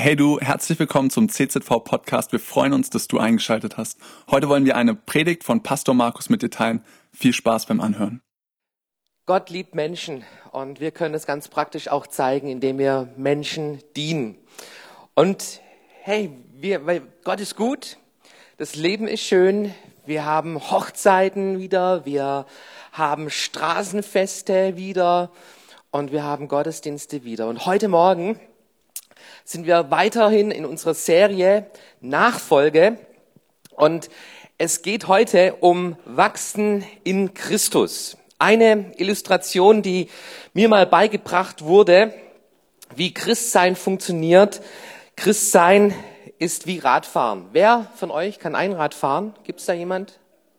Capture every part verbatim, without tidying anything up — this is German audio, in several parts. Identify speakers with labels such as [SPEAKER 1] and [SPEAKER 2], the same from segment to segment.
[SPEAKER 1] Hey du, herzlich willkommen zum C Z V-Podcast. Wir freuen uns, dass du eingeschaltet hast. Heute wollen wir eine Predigt von Pastor Markus mit dir teilen. Viel Spaß beim Anhören.
[SPEAKER 2] Gott liebt Menschen und wir können es ganz praktisch auch zeigen, indem wir Menschen dienen. Und hey, wir, weil Gott ist gut, das Leben ist schön, wir haben Hochzeiten wieder, wir haben Straßenfeste wieder und wir haben Gottesdienste wieder. Und heute Morgen sind wir weiterhin in unserer Serie Nachfolge und es geht heute um Wachsen in Christus. Eine Illustration, die mir mal beigebracht wurde, wie Christsein funktioniert. Christsein ist wie Radfahren. Wer von euch kann Einrad fahren? Gibt es da jemand?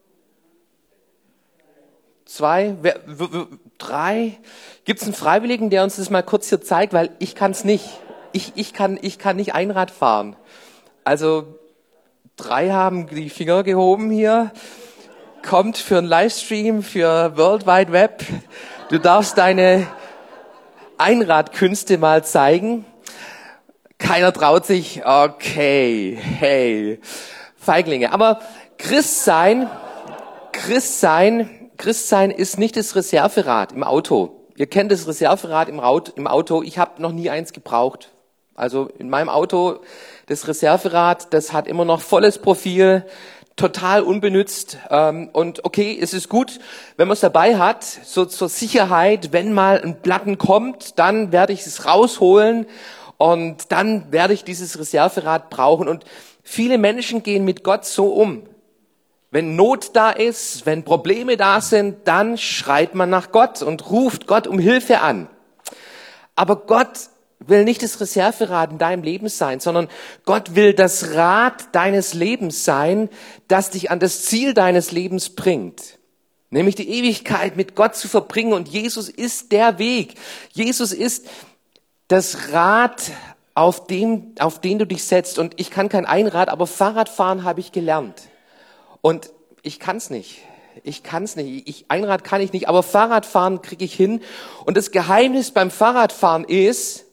[SPEAKER 2] Zwei? Wer, w, w, drei? Gibt es einen Freiwilligen, der uns das mal kurz hier zeigt? Weil ich kann es nicht. Ich, ich, kann, ich kann nicht Einrad fahren. Also drei haben die Finger gehoben hier. Kommt für einen Livestream, für World Wide Web. Du darfst deine Einradkünste mal zeigen. Keiner traut sich. Okay, hey, Feiglinge. Aber Christsein, Christsein, Christsein ist nicht das Reserverad im Auto. Ihr kennt das Reserverad im Auto. Ich habe noch nie eins gebraucht. Also in meinem Auto, das Reserverad, das hat immer noch volles Profil, total unbenutzt. Und okay, es ist gut, wenn man es dabei hat, so zur Sicherheit, wenn mal ein Platten kommt, dann werde ich es rausholen und dann werde ich dieses Reserverad brauchen. Und viele Menschen gehen mit Gott so um. Wenn Not da ist, wenn Probleme da sind, dann schreit man nach Gott und ruft Gott um Hilfe an. Aber Gott will nicht das Reserverad in deinem Leben sein, sondern Gott will das Rad deines Lebens sein, das dich an das Ziel deines Lebens bringt. Nämlich die Ewigkeit mit Gott zu verbringen. Und Jesus ist der Weg. Jesus ist das Rad, auf dem, auf den du dich setzt. Und ich kann kein Einrad, aber Fahrradfahren habe ich gelernt. Und ich kann's nicht. Ich kann's nicht. Ich, Einrad kann ich nicht, aber Fahrradfahren kriege ich hin. Und das Geheimnis beim Fahrradfahren ist,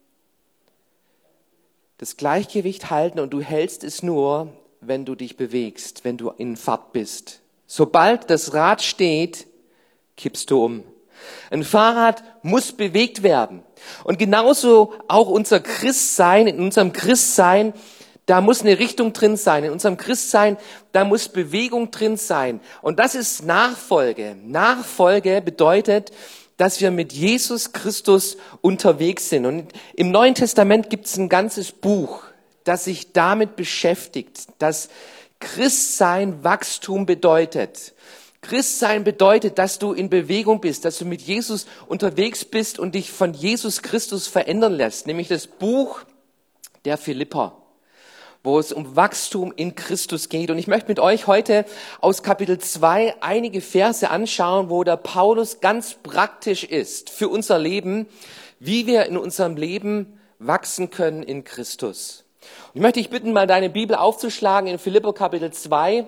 [SPEAKER 2] das Gleichgewicht halten, und du hältst es nur, wenn du dich bewegst, wenn du in Fahrt bist. Sobald das Rad steht, kippst du um. Ein Fahrrad muss bewegt werden. Und genauso auch unser Christsein, in unserem Christsein, da muss eine Richtung drin sein. In unserem Christsein, da muss Bewegung drin sein. Und das ist Nachfolge. Nachfolge bedeutet, dass wir mit Jesus Christus unterwegs sind. Und im Neuen Testament gibt es ein ganzes Buch, das sich damit beschäftigt, dass Christsein Wachstum bedeutet. Christsein bedeutet, dass du in Bewegung bist, dass du mit Jesus unterwegs bist und dich von Jesus Christus verändern lässt. Nämlich das Buch der Philipper, wo es um Wachstum in Christus geht. Und ich möchte mit euch heute aus Kapitel zwei einige Verse anschauen, wo der Paulus ganz praktisch ist für unser Leben, wie wir in unserem Leben wachsen können in Christus. Und ich möchte dich bitten, mal deine Bibel aufzuschlagen in Philipper Kapitel zwei.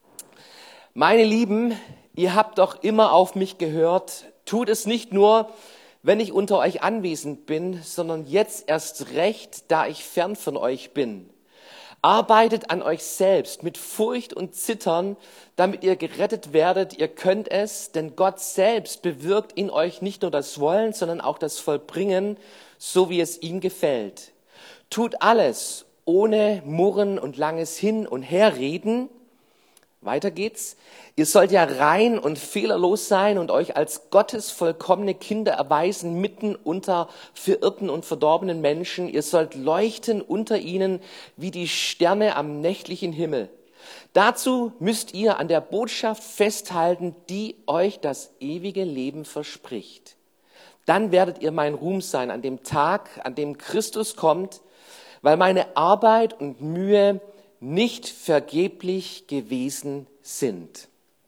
[SPEAKER 2] Meine Lieben, ihr habt doch immer auf mich gehört. Tut es nicht nur, wenn ich unter euch anwesend bin, sondern jetzt erst recht, da ich fern von euch bin. Arbeitet an euch selbst mit Furcht und Zittern, damit ihr gerettet werdet. Ihr könnt es, denn Gott selbst bewirkt in euch nicht nur das Wollen, sondern auch das Vollbringen, so wie es ihm gefällt. Tut alles ohne Murren und langes Hin- und Herreden. Weiter geht's. Ihr sollt ja rein und fehlerlos sein und euch als Gottes vollkommene Kinder erweisen, mitten unter verirrten und verdorbenen Menschen. Ihr sollt leuchten unter ihnen wie die Sterne am nächtlichen Himmel. Dazu müsst ihr an der Botschaft festhalten, die euch das ewige Leben verspricht. Dann werdet ihr mein Ruhm sein an dem Tag, an dem Christus kommt, weil meine Arbeit und Mühe nicht vergeblich gewesen sind.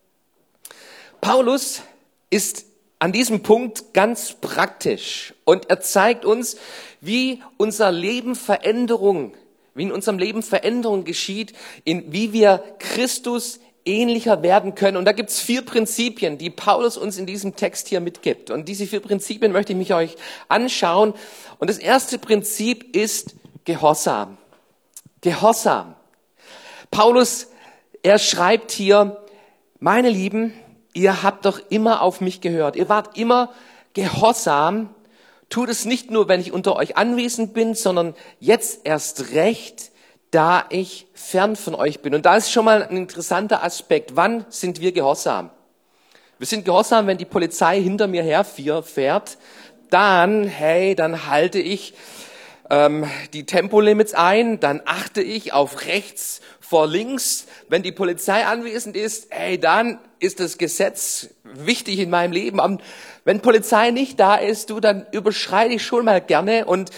[SPEAKER 2] Paulus ist an diesem Punkt ganz praktisch und er zeigt uns, wie unser Leben Veränderung, wie in unserem Leben Veränderung geschieht, in wie wir Christus ähnlicher werden können. Und da gibt es vier Prinzipien, die Paulus uns in diesem Text hier mitgibt. Und diese vier Prinzipien möchte ich mich euch anschauen. Und das erste Prinzip ist Gehorsam. Gehorsam. Paulus, er schreibt hier, meine Lieben, ihr habt doch immer auf mich gehört. Ihr wart immer gehorsam. Tut es nicht nur, wenn ich unter euch anwesend bin, sondern jetzt erst recht, da ich fern von euch bin. Und da ist schon mal ein interessanter Aspekt. Wann sind wir gehorsam? Wir sind gehorsam, wenn die Polizei hinter mir herfährt. Dann, hey, dann halte ich ähm, die Tempolimits ein, dann achte ich auf rechts vor links. Wenn die Polizei anwesend ist, hey, dann ist das Gesetz wichtig in meinem Leben. Und wenn Polizei nicht da ist, du, dann überschreite ich schon mal gerne und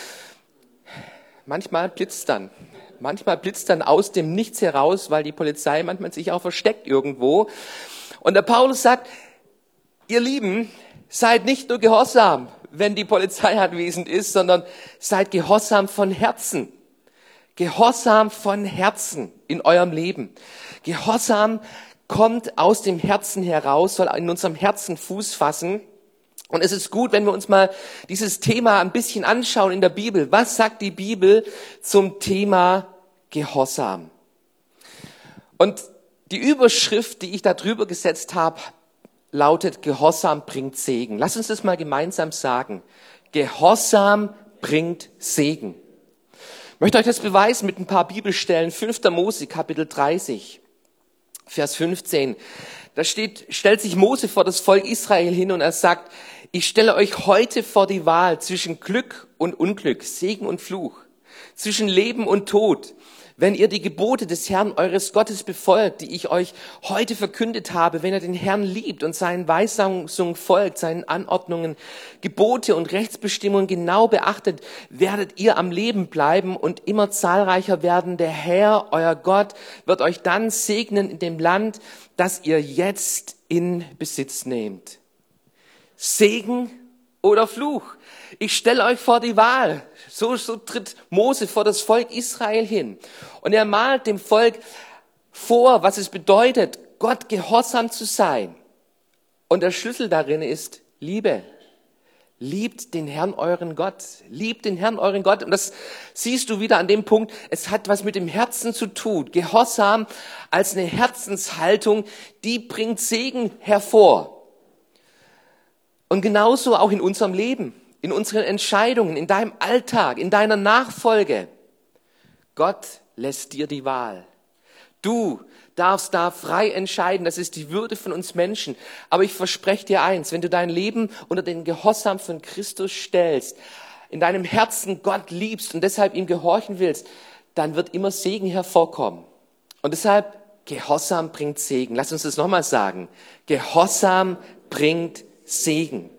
[SPEAKER 2] manchmal blitzt dann. Manchmal blitzt dann aus dem Nichts heraus, weil die Polizei manchmal sich auch versteckt irgendwo. Und der Paulus sagt, ihr Lieben, seid nicht nur gehorsam, wenn die Polizei anwesend ist, sondern seid gehorsam von Herzen. Gehorsam von Herzen in eurem Leben. Gehorsam kommt aus dem Herzen heraus, soll in unserem Herzen Fuß fassen. Und es ist gut, wenn wir uns mal dieses Thema ein bisschen anschauen in der Bibel. Was sagt die Bibel zum Thema Gehorsam? Und die Überschrift, die ich da drüber gesetzt habe, lautet, Gehorsam bringt Segen. Lass uns das mal gemeinsam sagen. Gehorsam bringt Segen. Ich möchte euch das beweisen mit ein paar Bibelstellen. fünfter Mose, Kapitel dreißig, Vers fünfzehn. Da steht, stellt sich Mose vor das Volk Israel hin und er sagt, ich stelle euch heute vor die Wahl zwischen Glück und Unglück, Segen und Fluch, zwischen Leben und Tod. Wenn ihr die Gebote des Herrn eures Gottes befolgt, die ich euch heute verkündet habe, wenn ihr den Herrn liebt und seinen Weisungen folgt, seinen Anordnungen, Gebote und Rechtsbestimmungen genau beachtet, werdet ihr am Leben bleiben und immer zahlreicher werden. Der Herr, euer Gott, wird euch dann segnen in dem Land, das ihr jetzt in Besitz nehmt. Segen oder Fluch? Ich stelle euch vor die Wahl. So, so tritt Mose vor das Volk Israel hin. Und er malt dem Volk vor, was es bedeutet, Gott gehorsam zu sein. Und der Schlüssel darin ist Liebe. Liebt den Herrn euren Gott. Liebt den Herrn euren Gott. Und das siehst du wieder an dem Punkt, es hat was mit dem Herzen zu tun. Gehorsam als eine Herzenshaltung, die bringt Segen hervor. Und genauso auch in unserem Leben, in unseren Entscheidungen, in deinem Alltag, in deiner Nachfolge. Gott lässt dir die Wahl. Du darfst da frei entscheiden, das ist die Würde von uns Menschen. Aber ich verspreche dir eins, wenn du dein Leben unter den Gehorsam von Christus stellst, in deinem Herzen Gott liebst und deshalb ihm gehorchen willst, dann wird immer Segen hervorkommen. Und deshalb, Gehorsam bringt Segen. Lass uns das nochmal sagen. Gehorsam bringt Segen.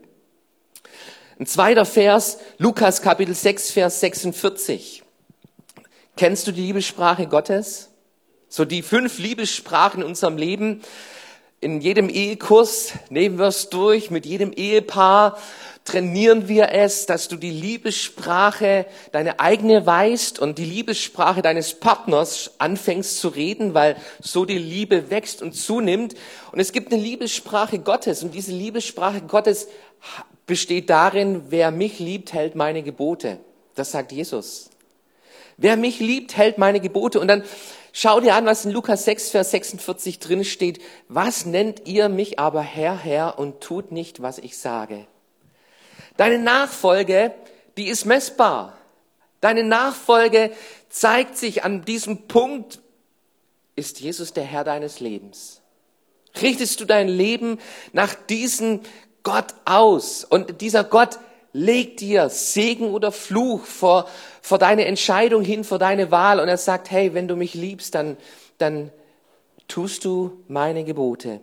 [SPEAKER 2] Ein zweiter Vers, Lukas Kapitel sechs, Vers sechsundvierzig. Kennst du die Liebessprache Gottes? So die fünf Liebessprachen in unserem Leben. In jedem Ehekurs nehmen wir es durch, mit jedem Ehepaar trainieren wir es, dass du die Liebessprache, deine eigene weißt und die Liebessprache deines Partners anfängst zu reden, weil so die Liebe wächst und zunimmt. Und es gibt eine Liebessprache Gottes und diese Liebessprache Gottes besteht darin, wer mich liebt, hält meine Gebote. Das sagt Jesus. Wer mich liebt, hält meine Gebote. Und dann schau dir an, was in Lukas sechs, Vers sechsundvierzig drin steht. Was nennt ihr mich aber Herr, Herr und tut nicht, was ich sage? Deine Nachfolge, die ist messbar. Deine Nachfolge zeigt sich an diesem Punkt, ist Jesus der Herr deines Lebens? Richtest du dein Leben nach diesem Gott aus? Und dieser Gott legt dir Segen oder Fluch vor, vor deine Entscheidung hin, vor deine Wahl. Und er sagt, hey, wenn du mich liebst, dann, dann tust du meine Gebote.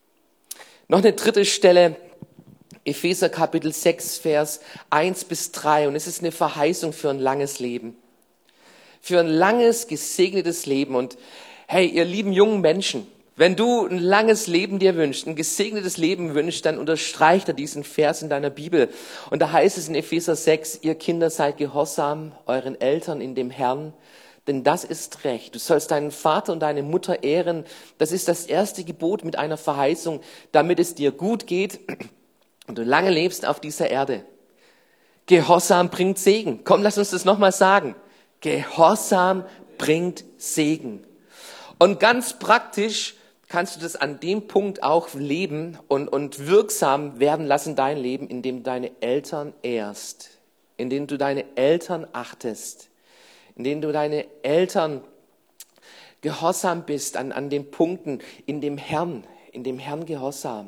[SPEAKER 2] Noch eine dritte Stelle, Epheser Kapitel sechs, Vers eins bis drei. Und es ist eine Verheißung für ein langes Leben. Für ein langes, gesegnetes Leben. Und hey, ihr lieben jungen Menschen, wenn du ein langes Leben dir wünschst, ein gesegnetes Leben wünschst, dann unterstreicht er diesen Vers in deiner Bibel. Und da heißt es in Epheser sechs, ihr Kinder seid gehorsam euren Eltern in dem Herrn, denn das ist Recht. Du sollst deinen Vater und deine Mutter ehren. Das ist das erste Gebot mit einer Verheißung, damit es dir gut geht und du lange lebst auf dieser Erde. Gehorsam bringt Segen. Komm, lass uns das nochmal sagen. Gehorsam bringt Segen. Und ganz praktisch kannst du das an dem Punkt auch leben und, und wirksam werden lassen, dein Leben, indem du deine Eltern ehrst, indem du deine Eltern achtest, indem du deine Eltern gehorsam bist an, an den Punkten, in dem Herrn, in dem Herrn Gehorsam.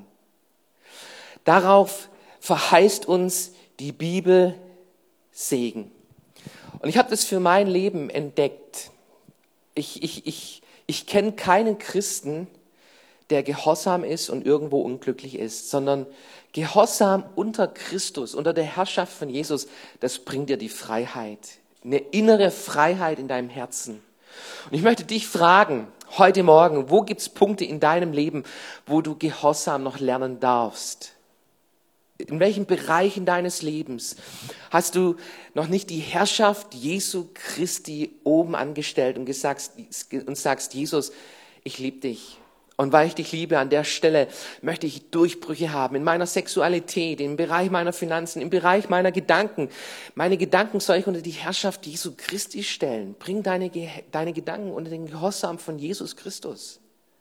[SPEAKER 2] Darauf verheißt uns die Bibel Segen. Und ich habe das für mein Leben entdeckt. Ich, ich, ich, ich kenne keinen Christen, der gehorsam ist und irgendwo unglücklich ist, sondern Gehorsam unter Christus, unter der Herrschaft von Jesus, das bringt dir die Freiheit, eine innere Freiheit in deinem Herzen. Und ich möchte dich fragen, heute Morgen, wo gibt es Punkte in deinem Leben, wo du Gehorsam noch lernen darfst? In welchen Bereichen deines Lebens hast du noch nicht die Herrschaft Jesu Christi oben angestellt und gesagt, und sagst, Jesus, ich liebe dich. Und weil ich dich liebe, an der Stelle möchte ich Durchbrüche haben in meiner Sexualität, im Bereich meiner Finanzen, im Bereich meiner Gedanken. Meine Gedanken soll ich unter die Herrschaft Jesu Christi stellen. Bring deine, deine Gedanken unter den Gehorsam von Jesus Christus.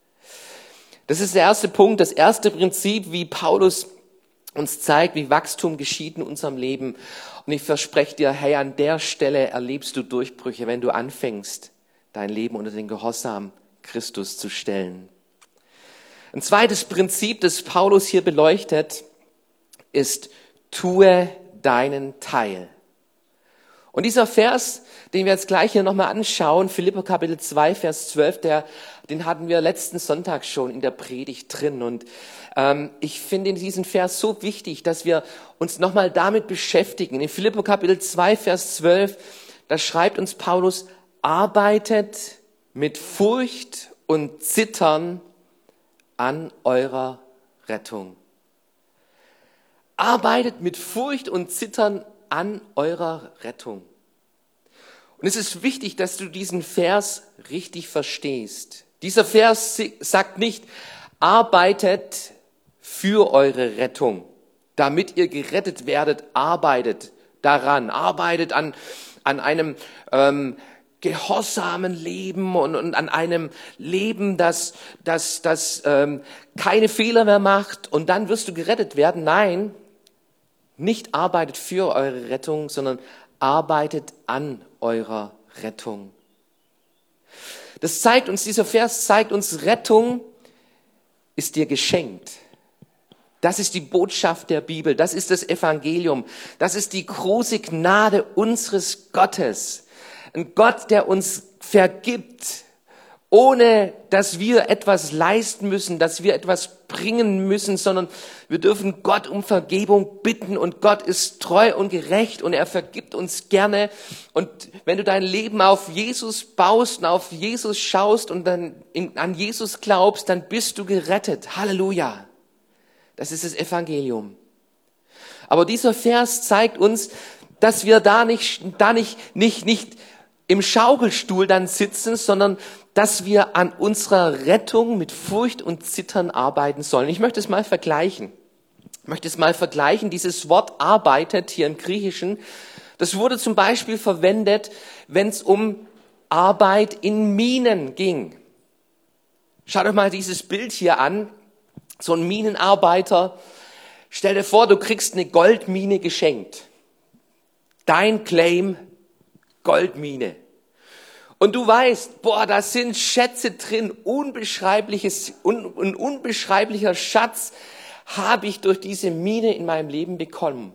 [SPEAKER 2] Das ist der erste Punkt, das erste Prinzip, wie Paulus uns zeigt, wie Wachstum geschieht in unserem Leben. Und ich verspreche dir, hey, an der Stelle erlebst du Durchbrüche, wenn du anfängst, dein Leben unter den Gehorsam Christus zu stellen. Ein zweites Prinzip, das Paulus hier beleuchtet, ist, tue deinen Teil. Und dieser Vers, den wir jetzt gleich hier nochmal anschauen, Philipper Kapitel zwei, Vers zwölf, der, den hatten wir letzten Sonntag schon in der Predigt drin. Und ähm, ich finde diesen Vers so wichtig, dass wir uns nochmal damit beschäftigen. In Philipper Kapitel zwei, Vers zwölf, da schreibt uns Paulus, arbeitet mit Furcht und Zittern an eurer Rettung. Arbeitet mit Furcht und Zittern an eurer Rettung. Und es ist wichtig, dass du diesen Vers richtig verstehst. Dieser Vers sagt nicht, arbeitet für eure Rettung, damit ihr gerettet werdet, arbeitet daran, arbeitet an, an einem ähm, gehorsamen Leben und, und an einem Leben, das, das, das ähm, keine Fehler mehr macht und dann wirst du gerettet werden. Nein, nicht arbeitet für eure Rettung, sondern arbeitet an eurer Rettung. Das zeigt uns, dieser Vers zeigt uns, Rettung ist dir geschenkt. Das ist die Botschaft der Bibel, das ist das Evangelium, das ist die große Gnade unseres Gottes. Ein Gott, der uns vergibt, ohne dass wir etwas leisten müssen, dass wir etwas bringen müssen, sondern wir dürfen Gott um Vergebung bitten und Gott ist treu und gerecht und er vergibt uns gerne. Und wenn du dein Leben auf Jesus baust und auf Jesus schaust und dann in, an Jesus glaubst, dann bist du gerettet. Halleluja. Das ist das Evangelium. Aber dieser Vers zeigt uns, dass wir da nicht, da nicht, nicht, nicht im Schaukelstuhl dann sitzen, sondern dass wir an unserer Rettung mit Furcht und Zittern arbeiten sollen. Ich möchte es mal vergleichen. Ich möchte es mal vergleichen. Dieses Wort arbeitet hier im Griechischen, das wurde zum Beispiel verwendet, wenn es um Arbeit in Minen ging. Schaut euch mal dieses Bild hier an. So ein Minenarbeiter. Stell dir vor, du kriegst eine Goldmine geschenkt. Dein Claim, Goldmine. Und du weißt, boah, da sind Schätze drin, unbeschreibliches, un, ein unbeschreiblicher Schatz habe ich durch diese Mine in meinem Leben bekommen.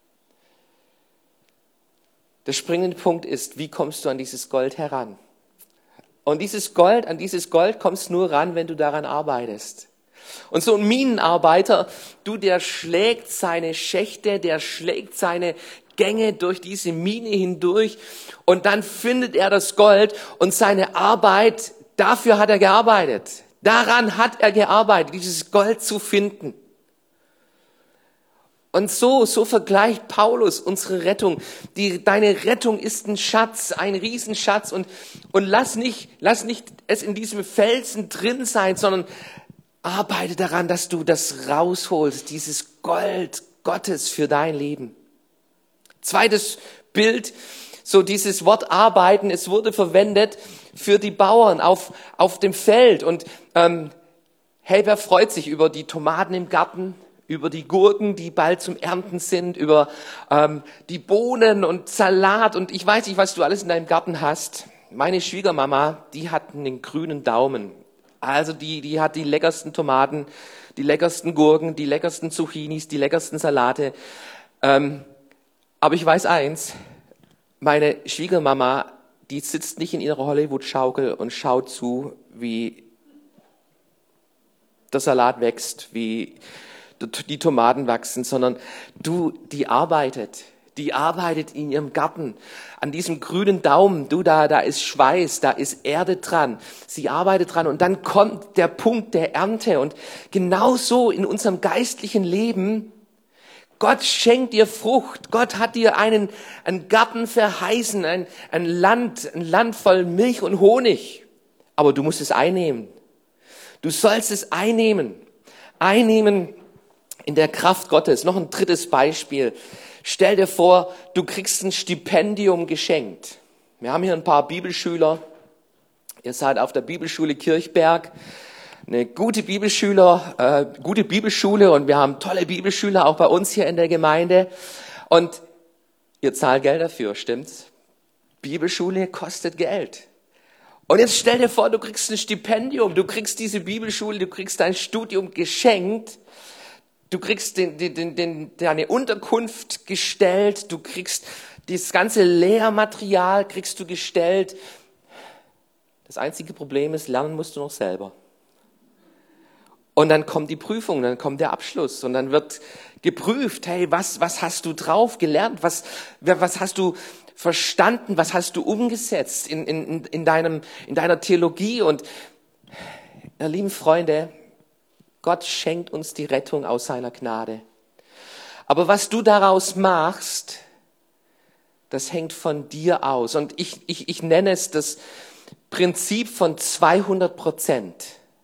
[SPEAKER 2] Der springende Punkt ist, wie kommst du an dieses Gold heran? Und dieses Gold, an dieses Gold kommst du nur ran, wenn du daran arbeitest. Und so ein Minenarbeiter, du, der schlägt seine Schächte, der schlägt seine Gänge durch diese Mine hindurch und dann findet er das Gold und seine Arbeit, dafür hat er gearbeitet. Daran hat er gearbeitet, dieses Gold zu finden. Und so, so vergleicht Paulus unsere Rettung. Die, deine Rettung ist ein Schatz, ein Riesenschatz und, und lass nicht, lass nicht es in diesem Felsen drin sein, sondern arbeite daran, dass du das rausholst, dieses Gold Gottes für dein Leben. Zweites Bild, so dieses Wort arbeiten, es wurde verwendet für die Bauern auf, auf dem Feld. Und ähm, hey, wer freut sich über die Tomaten im Garten, über die Gurken, die bald zum Ernten sind, über ähm, die Bohnen und Salat und ich weiß nicht, was du alles in deinem Garten hast. Meine Schwiegermama, die hat einen grünen Daumen. Also die, die hat die leckersten Tomaten, die leckersten Gurken, die leckersten Zucchinis, die leckersten Salate. Ähm, aber ich weiß eins, meine Schwiegermama, die sitzt nicht in ihrer Hollywood-Schaukel und schaut zu, wie der Salat wächst, wie die Tomaten wachsen, sondern du, die arbeitet. Die arbeitet in ihrem Garten. An diesem grünen Daumen, du, da, da ist Schweiß, da ist Erde dran. Sie arbeitet dran und dann kommt der Punkt der Ernte. Und genauso in unserem geistlichen Leben, Gott schenkt dir Frucht. Gott hat dir einen, einen Garten verheißen, ein, ein Land, ein Land voll Milch und Honig. Aber du musst es einnehmen. Du sollst es einnehmen. Einnehmen in der Kraft Gottes. Noch ein drittes Beispiel. Stell dir vor, du kriegst ein Stipendium geschenkt. Wir haben hier ein paar Bibelschüler. Ihr seid auf der Bibelschule Kirchberg. Eine gute Bibelschüler, äh, gute Bibelschule und wir haben tolle Bibelschüler auch bei uns hier in der Gemeinde. Und ihr zahlt Geld dafür, stimmt's? Bibelschule kostet Geld. Und jetzt stell dir vor, du kriegst ein Stipendium, du kriegst diese Bibelschule, du kriegst dein Studium geschenkt. Du kriegst den, den, den, den, deine Unterkunft gestellt, du kriegst das ganze Lehrmaterial kriegst du gestellt. Das einzige Problem ist, lernen musst du noch selber. Und dann kommt die Prüfung, dann kommt der Abschluss und dann wird geprüft, hey, was, was hast du drauf gelernt, was, was hast du verstanden, was hast du umgesetzt in, in, in, deinem, in deiner Theologie. Und ihr lieben Freunde, Gott schenkt uns die Rettung aus seiner Gnade. Aber was du daraus machst, das hängt von dir aus. Und ich, ich, ich nenne es das Prinzip von zweihundert Prozent.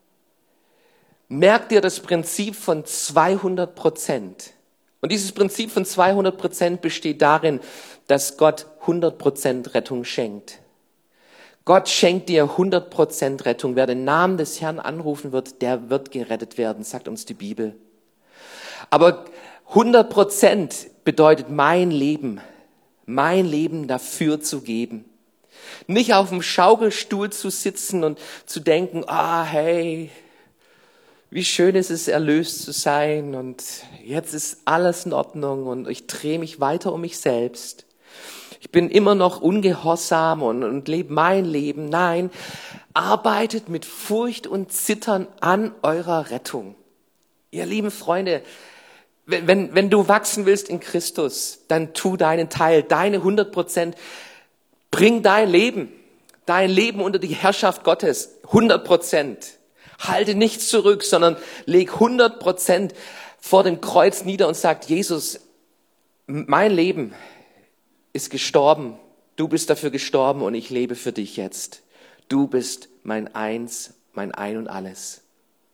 [SPEAKER 2] Merk dir das Prinzip von zweihundert Prozent. Und dieses Prinzip von zweihundert Prozent besteht darin, dass Gott hundert Prozent Rettung schenkt. Gott schenkt dir hundert Prozent Rettung. Wer den Namen des Herrn anrufen wird, der wird gerettet werden, sagt uns die Bibel. Aber hundert Prozent bedeutet mein Leben, mein Leben dafür zu geben. Nicht auf dem Schaukelstuhl zu sitzen und zu denken, ah, hey, wie schön ist es, erlöst zu sein und jetzt ist alles in Ordnung und ich drehe mich weiter um mich selbst. Ich bin immer noch ungehorsam und, und lebe mein Leben. Nein, arbeitet mit Furcht und Zittern an eurer Rettung. Ihr lieben Freunde, wenn, wenn, wenn du wachsen willst in Christus, dann tu deinen Teil, deine hundert Prozent. Bring dein Leben, dein Leben unter die Herrschaft Gottes, hundert Prozent. Halte nichts zurück, sondern leg hundert Prozent vor dem Kreuz nieder und sag, Jesus, mein Leben ist gestorben. Du bist dafür gestorben und ich lebe für dich jetzt. Du bist mein Eins, mein Ein und Alles.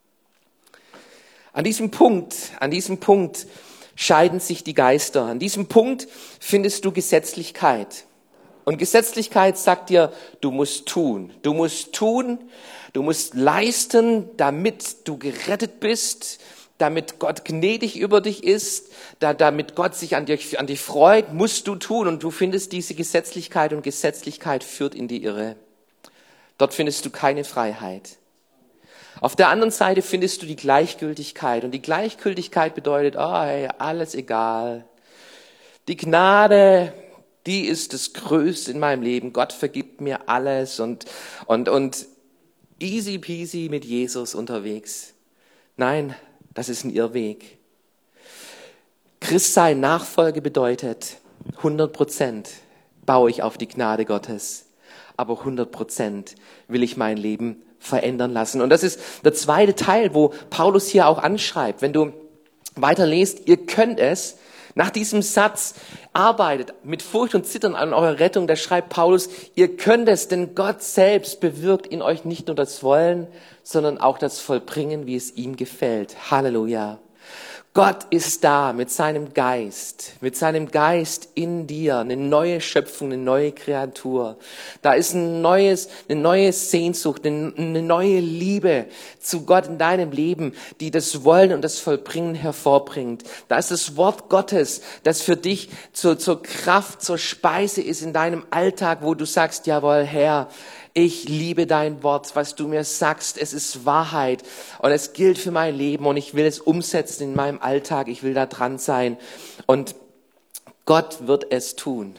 [SPEAKER 2] An diesem Punkt, an diesem Punkt scheiden sich die Geister. An diesem Punkt findest du Gesetzlichkeit. Und Gesetzlichkeit sagt dir, du musst tun. Du musst tun, du musst leisten, damit du gerettet bist, damit Gott gnädig über dich ist, da, damit Gott sich an dich, an dich freut, musst du tun. Und du findest diese Gesetzlichkeit und Gesetzlichkeit führt in die Irre. Dort findest du keine Freiheit. Auf der anderen Seite findest du die Gleichgültigkeit. Und die Gleichgültigkeit bedeutet, oh, hey, alles egal. Die Gnade, die ist das Größte in meinem Leben. Gott vergibt mir alles und, und, und easy peasy mit Jesus unterwegs. Nein, das ist ein Irrweg. Christsein, Nachfolge bedeutet, hundert Prozent baue ich auf die Gnade Gottes, aber hundert Prozent will ich mein Leben verändern lassen. Und das ist der zweite Teil, wo Paulus hier auch anschreibt. Wenn du weiter liest, ihr könnt es, nach diesem Satz, arbeitet mit Furcht und Zittern an eurer Rettung, da schreibt Paulus, ihr könnt es, denn Gott selbst bewirkt in euch nicht nur das Wollen, sondern auch das Vollbringen, wie es ihm gefällt. Halleluja. Gott ist da mit seinem Geist, mit seinem Geist in dir, eine neue Schöpfung, eine neue Kreatur. Da ist ein neues, eine neue Sehnsucht, eine, eine neue Liebe zu Gott in deinem Leben, die das Wollen und das Vollbringen hervorbringt. Da ist das Wort Gottes, das für dich zur, zur Kraft, zur Speise ist in deinem Alltag, wo du sagst, jawohl, Herr, ich liebe dein Wort, was du mir sagst, es ist Wahrheit und es gilt für mein Leben und ich will es umsetzen in meinem Alltag, ich will da dran sein und Gott wird es tun,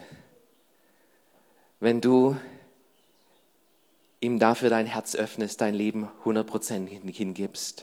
[SPEAKER 2] wenn du ihm dafür dein Herz öffnest, dein Leben hundert Prozent hingibst.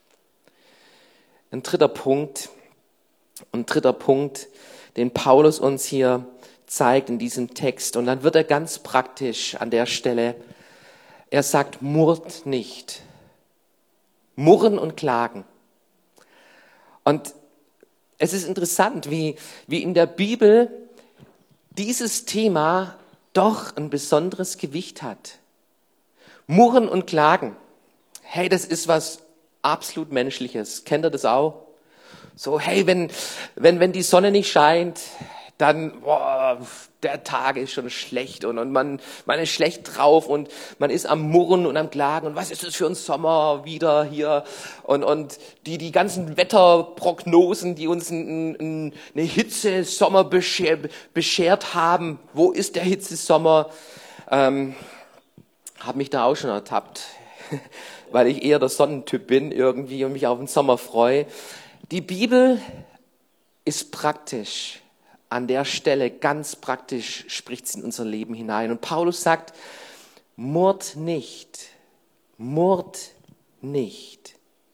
[SPEAKER 2] Ein dritter Punkt, ein dritter Punkt, den Paulus uns hier zeigt in diesem Text. Und dann wird er ganz praktisch an der Stelle. Er sagt, murrt nicht. Murren und klagen. Und es ist interessant, wie, wie in der Bibel dieses Thema doch ein besonderes Gewicht hat. Murren und klagen. Hey, das ist was absolut Menschliches. Kennt ihr das auch? So, hey, wenn, wenn, wenn die Sonne nicht scheint, dann, boah, der Tag ist schon schlecht und, und man, man ist schlecht drauf und man ist am Murren und am Klagen und was ist das für ein Sommer wieder hier und, und die, die ganzen Wetterprognosen, die uns ein, ein, eine Hitze-Sommer beschert, beschert haben. Wo ist der Hitzesommer? Ähm, habe mich da auch schon ertappt, weil ich eher der Sonnentyp bin irgendwie und mich auf den Sommer freue. Die Bibel ist praktisch. An der Stelle ganz praktisch spricht sie in unser Leben hinein. Und Paulus sagt, murrt nicht, murrt nicht.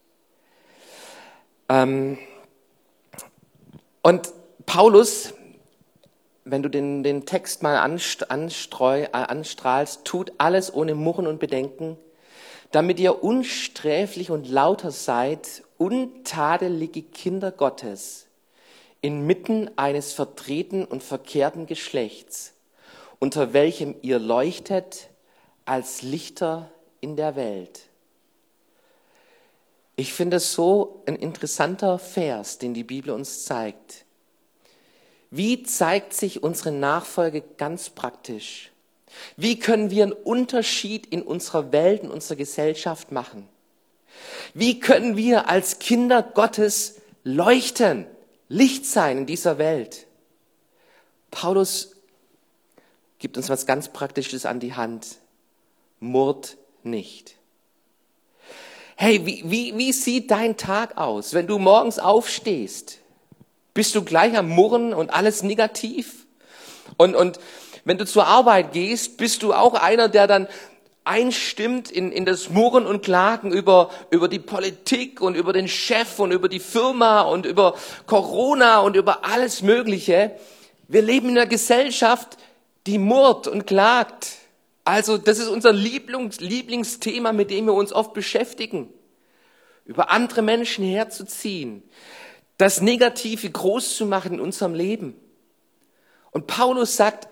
[SPEAKER 2] Ähm, und Paulus, wenn du den, den Text mal anst, anstreu, äh, anstrahlst, tut alles ohne Murren und Bedenken, damit ihr unsträflich und lauter seid, untadelige Kinder Gottes, inmitten eines verdrehten und verkehrten Geschlechts, unter welchem ihr leuchtet als Lichter in der Welt. Ich finde es so ein interessanter Vers, den die Bibel uns zeigt. Wie zeigt sich unsere Nachfolge ganz praktisch? Wie können wir einen Unterschied in unserer Welt, in unserer Gesellschaft machen? Wie können wir als Kinder Gottes leuchten? Licht sein in dieser Welt. Paulus gibt uns was ganz Praktisches an die Hand. Murrt nicht. Hey, wie, wie, wie sieht dein Tag aus, wenn du morgens aufstehst? Bist du gleich am Murren und alles negativ? Und, und wenn du zur Arbeit gehst, bist du auch einer, der dann einstimmt in, in das Murren und Klagen über, über die Politik und über den Chef und über die Firma und über Corona und über alles Mögliche. Wir leben in einer Gesellschaft, die murrt und klagt. Also das ist unser Lieblings, Lieblingsthema, mit dem wir uns oft beschäftigen. Über andere Menschen herzuziehen, das Negative groß zu machen in unserem Leben. Und Paulus sagt,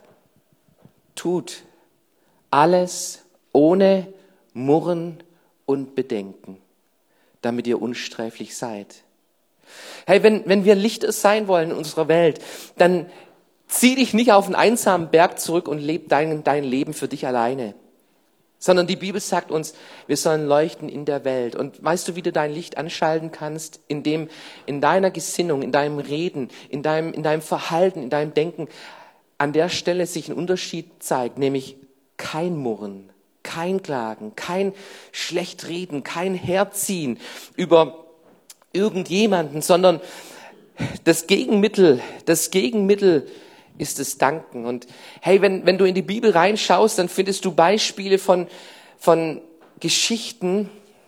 [SPEAKER 2] tut alles ohne Murren und Bedenken, damit ihr unsträflich seid. Hey, wenn, wenn wir Lichter sein wollen in unserer Welt, dann zieh dich nicht auf einen einsamen Berg zurück und leb dein, dein Leben für dich alleine. Sondern die Bibel sagt uns, wir sollen leuchten in der Welt. Und weißt du, wie du dein Licht anschalten kannst? Indem in deiner Gesinnung, in deinem Reden, in deinem, in deinem Verhalten, in deinem Denken an der Stelle sich ein Unterschied zeigt, nämlich kein Murren, kein Klagen, kein Schlechtreden, kein Herziehen über irgendjemanden, sondern das Gegenmittel, das Gegenmittel ist das Danken. Und hey, wenn, wenn du in die Bibel reinschaust, dann findest du Beispiele von, von Geschichten,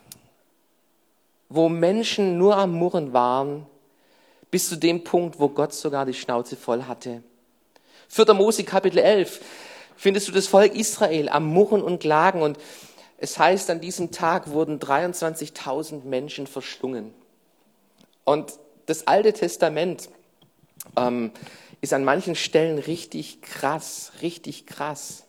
[SPEAKER 2] wo Menschen nur am Murren waren, bis zu dem Punkt, wo Gott sogar die Schnauze voll hatte. vierter Mose Kapitel elf. Findest du das Volk Israel am Murren und Klagen und es heißt, an diesem Tag wurden dreiundzwanzigtausend Menschen verschlungen. Und das Alte Testament ähm, ist an manchen Stellen richtig krass, richtig krass.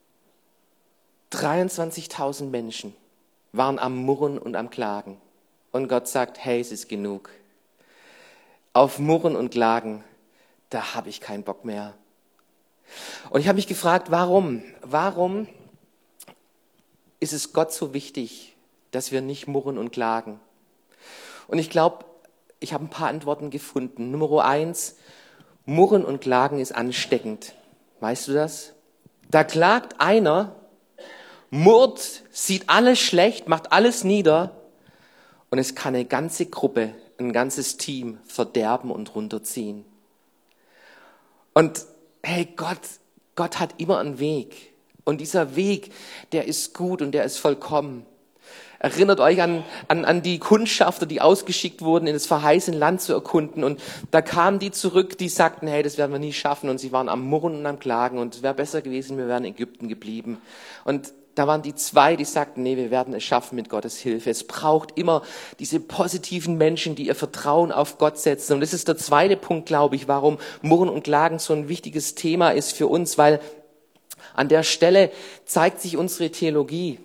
[SPEAKER 2] dreiundzwanzigtausend Menschen waren am Murren und am Klagen. und Gott sagt, hey, es ist genug. Auf Murren und Klagen, da habe ich keinen Bock mehr. Und ich habe mich gefragt, warum? Warum ist es Gott so wichtig, dass wir nicht murren und klagen? Und ich glaube, ich habe ein paar Antworten gefunden. Nummer eins, Murren und Klagen ist ansteckend. Weißt du das? Da klagt einer, murrt, sieht alles schlecht, macht alles nieder und es kann eine ganze Gruppe, ein ganzes Team verderben und runterziehen. Und hey, Gott, Gott hat immer einen Weg. Und dieser Weg, der ist gut und der ist vollkommen. Erinnert euch an, an, an die Kundschafter, die ausgeschickt wurden, in das verheißene Land zu erkunden. Und da kamen die zurück, die sagten, hey, das werden wir nie schaffen. Und sie waren am Murren und am Klagen. Und es wäre besser gewesen, wir wären in Ägypten geblieben. Und da waren die zwei, die sagten, nee, wir werden es schaffen mit Gottes Hilfe. Es braucht immer diese positiven Menschen, die ihr Vertrauen auf Gott setzen. Und das ist der zweite Punkt, glaube ich, warum Murren und Klagen so ein wichtiges Thema ist für uns, weil an der Stelle zeigt sich unsere Theologie.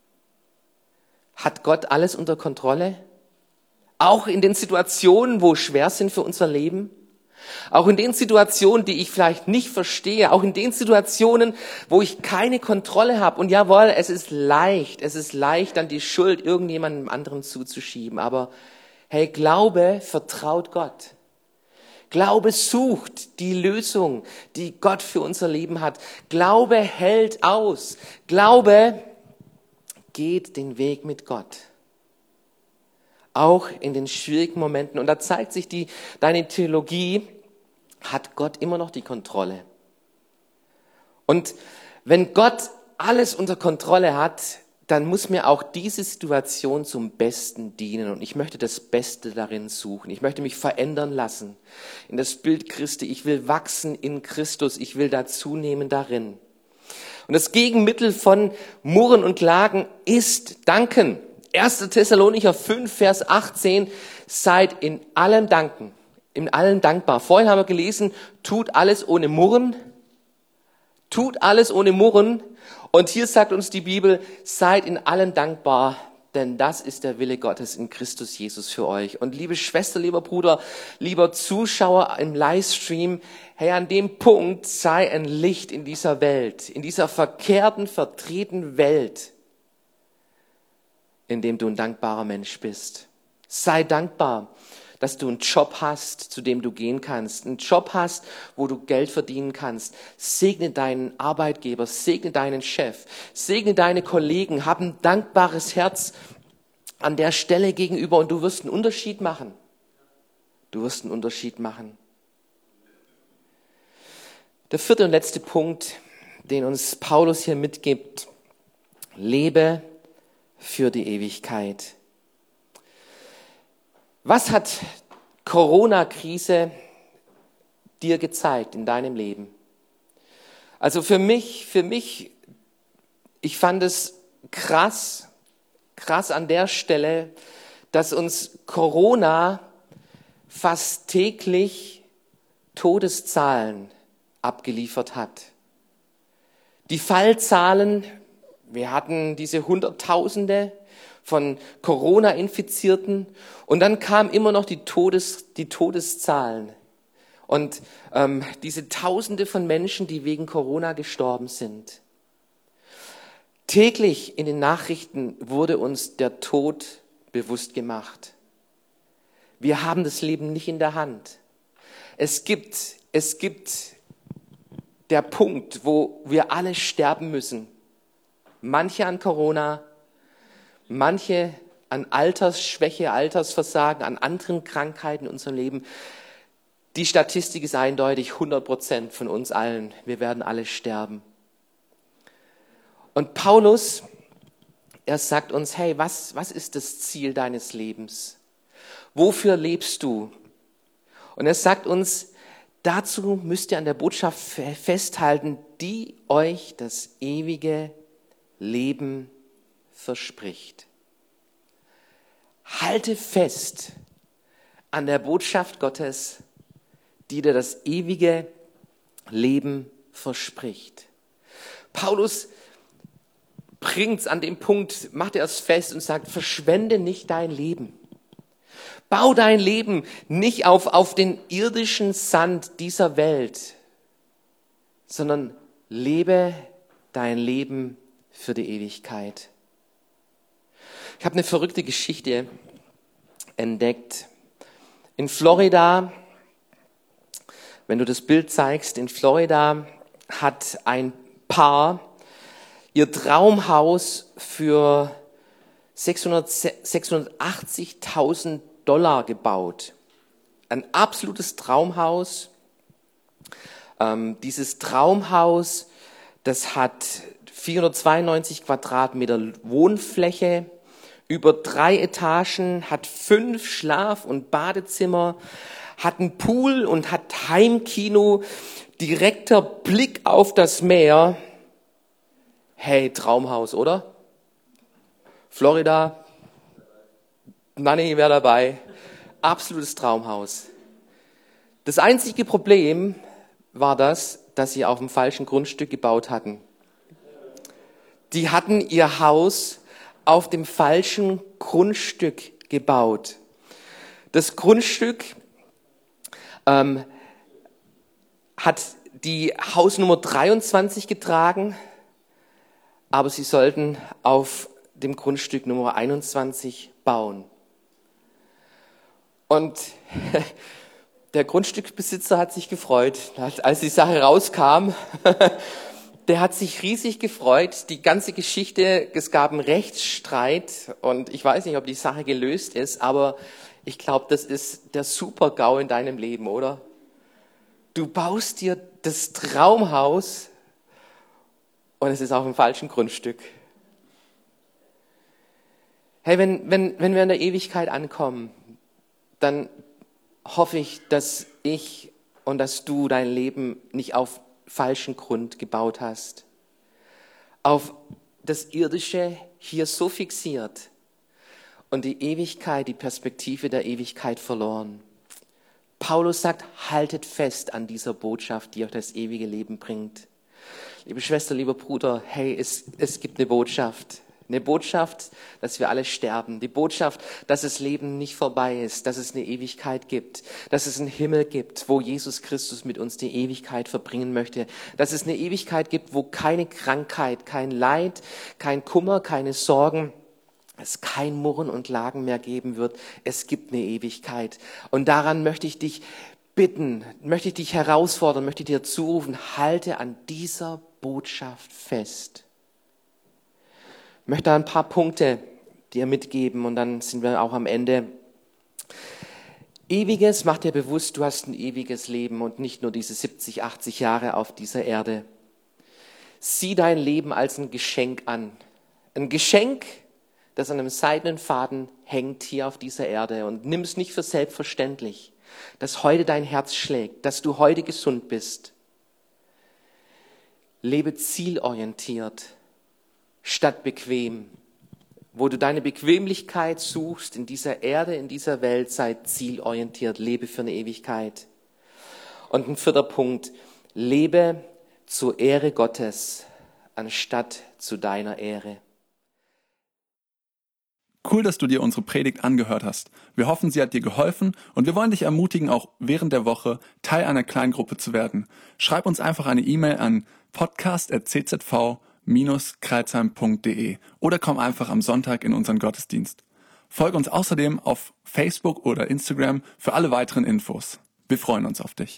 [SPEAKER 2] Hat Gott alles unter Kontrolle? Auch in den Situationen, wo schwer sind für unser Leben? Auch in den Situationen, die ich vielleicht nicht verstehe, auch in den Situationen, wo ich keine Kontrolle habe. Und jawohl, es ist leicht, es ist leicht, dann die Schuld irgendjemandem anderen zuzuschieben. Aber hey, Glaube vertraut Gott. Glaube sucht die Lösung, die Gott für unser Leben hat. Glaube hält aus. Glaube geht den Weg mit Gott. Auch in den schwierigen Momenten. Und da zeigt sich die, deine Theologie, hat Gott immer noch die Kontrolle. Und wenn Gott alles unter Kontrolle hat, dann muss mir auch diese Situation zum Besten dienen. Und ich möchte das Beste darin suchen. Ich möchte mich verändern lassen in das Bild Christi. Ich will wachsen in Christus. Ich will dazunehmen darin. Und das Gegenmittel von Murren und Klagen ist Danken. erster Thessalonicher fünf, Vers achtzehn, seid in allem danken, in allem dankbar. Vorhin haben wir gelesen, tut alles ohne Murren, tut alles ohne Murren. Und hier sagt uns die Bibel, seid in allem dankbar, denn das ist der Wille Gottes in Christus Jesus für euch. Und liebe Schwester, lieber Bruder, lieber Zuschauer im Livestream, hey, an dem Punkt sei ein Licht in dieser Welt, in dieser verkehrten, verdrehten Welt, in dem du ein dankbarer Mensch bist. Sei dankbar, dass du einen Job hast, zu dem du gehen kannst, einen Job hast, wo du Geld verdienen kannst. Segne deinen Arbeitgeber, segne deinen Chef, segne deine Kollegen, hab ein dankbares Herz an der Stelle gegenüber und du wirst einen Unterschied machen. Du wirst einen Unterschied machen. Der vierte und letzte Punkt, den uns Paulus hier mitgibt: Lebe für die Ewigkeit. Was hat Corona-Krise dir gezeigt in deinem Leben? Also für mich, für mich, ich fand es krass, krass an der Stelle, dass uns Corona fast täglich Todeszahlen abgeliefert hat. Die Fallzahlen, wir hatten diese Hunderttausende von Corona-Infizierten und dann kamen immer noch die, Todes, die Todeszahlen und ähm, diese Tausende von Menschen, die wegen Corona gestorben sind. Täglich in den Nachrichten wurde uns der Tod bewusst gemacht. Wir haben das Leben nicht in der Hand. Es gibt, es gibt der Punkt, wo wir alle sterben müssen. Manche an Corona, manche an Altersschwäche, Altersversagen, an anderen Krankheiten in unserem Leben. Die Statistik ist eindeutig, hundert Prozent von uns allen. Wir werden alle sterben. Und Paulus, er sagt uns, hey, was, was ist das Ziel deines Lebens? Wofür lebst du? Und er sagt uns, dazu müsst ihr an der Botschaft festhalten, die euch das ewige Leben verspricht. Halte fest an der Botschaft Gottes, die dir das ewige Leben verspricht. Paulus bringt es an dem Punkt, macht er es fest und sagt, verschwende nicht dein Leben. Bau dein Leben nicht auf, auf den irdischen Sand dieser Welt, sondern lebe dein Leben für die Ewigkeit. Ich habe eine verrückte Geschichte entdeckt. In Florida, wenn du das Bild zeigst, in Florida hat ein Paar ihr Traumhaus für sechshundertachtzigtausend Dollar gebaut. Ein absolutes Traumhaus. Ähm, dieses Traumhaus, das hat vierhundertzweiundneunzig Quadratmeter Wohnfläche, über drei Etagen, hat fünf Schlaf- und Badezimmer, hat einen Pool und hat Heimkino, direkter Blick auf das Meer. Hey, Traumhaus, oder? Florida, Nanny wäre dabei. Absolutes Traumhaus. Das einzige Problem war das, dass sie auf dem falschen Grundstück gebaut hatten. Die hatten ihr Haus auf dem falschen Grundstück gebaut. Das Grundstück ähm, hat die Hausnummer dreiundzwanzig getragen, aber sie sollten auf dem Grundstück Nummer einundzwanzig bauen. Und der Grundstücksbesitzer hat sich gefreut, als die Sache rauskam. Der hat sich riesig gefreut. Die ganze Geschichte, es gab einen Rechtsstreit und ich weiß nicht, ob die Sache gelöst ist, aber ich glaube, das ist der Super-GAU in deinem Leben, oder? Du baust dir das Traumhaus und es ist auf dem falschen Grundstück. Hey, wenn, wenn, wenn wir in der Ewigkeit ankommen, dann hoffe ich, dass ich und dass du dein Leben nicht auf falschen Grund gebaut hast. Auf das Irdische hier so fixiert und die Ewigkeit, die Perspektive der Ewigkeit verloren. Paulus sagt, haltet fest an dieser Botschaft, die euch das ewige Leben bringt. Liebe Schwester, lieber Bruder, hey, es, es gibt eine Botschaft. Eine Botschaft, dass wir alle sterben. Die Botschaft, dass das Leben nicht vorbei ist, dass es eine Ewigkeit gibt, dass es einen Himmel gibt, wo Jesus Christus mit uns die Ewigkeit verbringen möchte. Dass es eine Ewigkeit gibt, wo keine Krankheit, kein Leid, kein Kummer, keine Sorgen, es kein Murren und Klagen mehr geben wird. Es gibt eine Ewigkeit. Und daran möchte ich dich bitten, möchte ich dich herausfordern, möchte ich dir zurufen, halte an dieser Botschaft fest. Ich möchte ein paar Punkte dir mitgeben und dann sind wir auch am Ende. Ewiges, mach dir bewusst, du hast ein ewiges Leben und nicht nur diese siebzig, achtzig Jahre auf dieser Erde. Sieh dein Leben als ein Geschenk an. Ein Geschenk, das an einem seidenen Faden hängt hier auf dieser Erde und nimm es nicht für selbstverständlich, dass heute dein Herz schlägt, dass du heute gesund bist. Lebe zielorientiert. Statt bequem. Wo du deine Bequemlichkeit suchst in dieser Erde, in dieser Welt, sei zielorientiert, lebe für eine Ewigkeit. Und ein vierter Punkt, lebe zur Ehre Gottes, anstatt zu deiner Ehre.
[SPEAKER 1] Cool, dass du dir unsere Predigt angehört hast. Wir hoffen, sie hat dir geholfen und wir wollen dich ermutigen, auch während der Woche Teil einer Kleingruppe zu werden. Schreib uns einfach eine E-Mail an podcast at c z v Minus kreuzheim punkt de oder komm einfach am Sonntag in unseren Gottesdienst. Folge uns außerdem auf Facebook oder Instagram für alle weiteren Infos. Wir freuen uns auf dich.